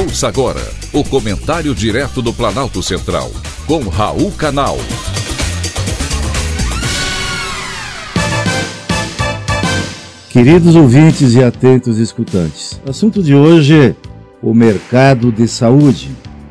Ouça agora o comentário direto do Planalto Central, com Raul Canal. Queridos ouvintes e atentos escutantes, o assunto de hoje é o mercado de saúde.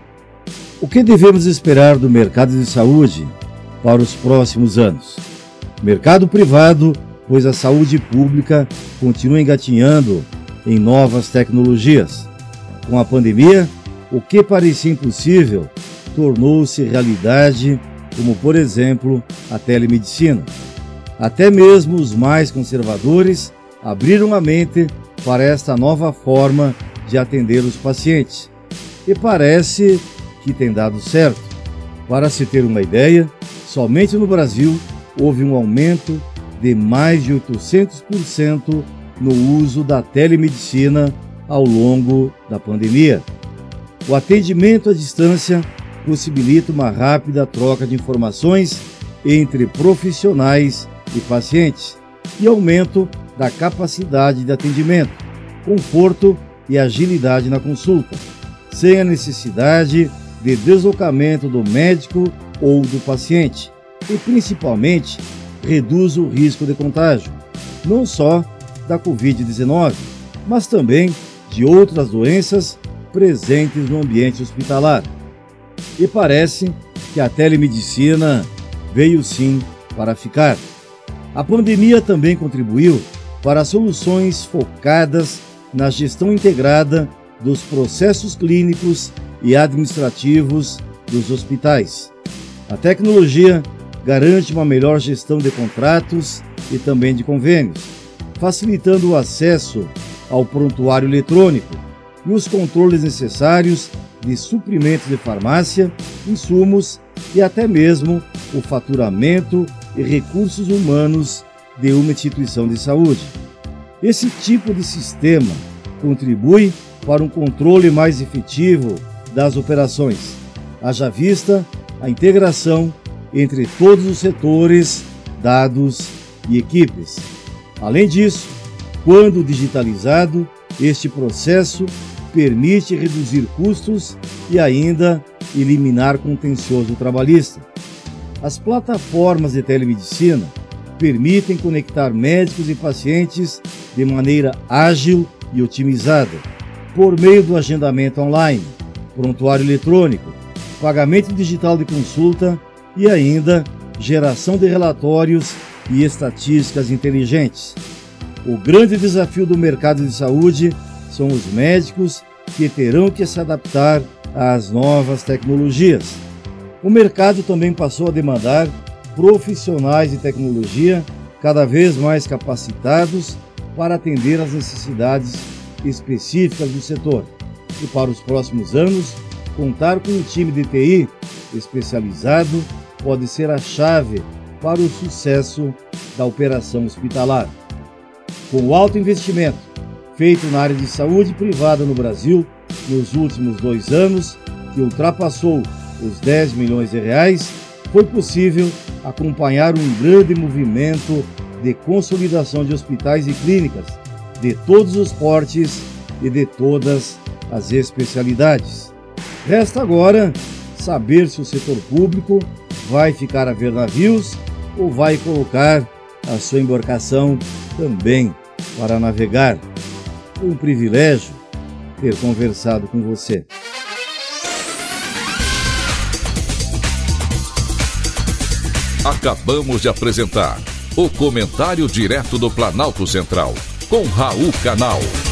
O que devemos esperar do mercado de saúde para os próximos anos? Mercado privado, pois a saúde pública continua engatinhando em novas tecnologias. Com a pandemia, o que parecia impossível tornou-se realidade, como, por exemplo, a telemedicina. Até mesmo os mais conservadores abriram a mente para esta nova forma de atender os pacientes. E parece que tem dado certo. Para se ter uma ideia, somente no Brasil houve um aumento de mais de 800% no uso da telemedicina ao longo da pandemia. O atendimento à distância possibilita uma rápida troca de informações entre profissionais e pacientes e aumento da capacidade de atendimento, conforto e agilidade na consulta, sem a necessidade de deslocamento do médico ou do paciente, e principalmente reduz o risco de contágio, não só da Covid-19, mas também de outras doenças presentes no ambiente hospitalar. E parece que a telemedicina veio sim para ficar. A pandemia também contribuiu para soluções focadas na gestão integrada dos processos clínicos e administrativos dos hospitais. A tecnologia garante uma melhor gestão de contratos e também de convênios, facilitando o acesso ao prontuário eletrônico e os controles necessários de suprimentos de farmácia, insumos e até mesmo o faturamento e recursos humanos de uma instituição de saúde. Esse tipo de sistema contribui para um controle mais efetivo das operações, haja vista a integração entre todos os setores, dados e equipes. Além disso, quando digitalizado, este processo permite reduzir custos e ainda eliminar contencioso trabalhista. As plataformas de telemedicina permitem conectar médicos e pacientes de maneira ágil e otimizada, por meio do agendamento online, prontuário eletrônico, pagamento digital de consulta e ainda geração de relatórios e estatísticas inteligentes. O grande desafio do mercado de saúde são os médicos que terão que se adaptar às novas tecnologias. O mercado também passou a demandar profissionais de tecnologia cada vez mais capacitados para atender às necessidades específicas do setor. E para os próximos anos, contar com um time de TI especializado pode ser a chave para o sucesso da operação hospitalar. Com o alto investimento feito na área de saúde privada no Brasil nos últimos 2 anos, que ultrapassou os 10 milhões de reais, foi possível acompanhar um grande movimento de consolidação de hospitais e clínicas de todos os portes e de todas as especialidades. Resta agora saber se o setor público vai ficar a ver navios ou vai colocar a sua embarcação também para navegar. Foi um privilégio ter conversado com você. Acabamos de apresentar o comentário direto do Planalto Central, com Raul Canal.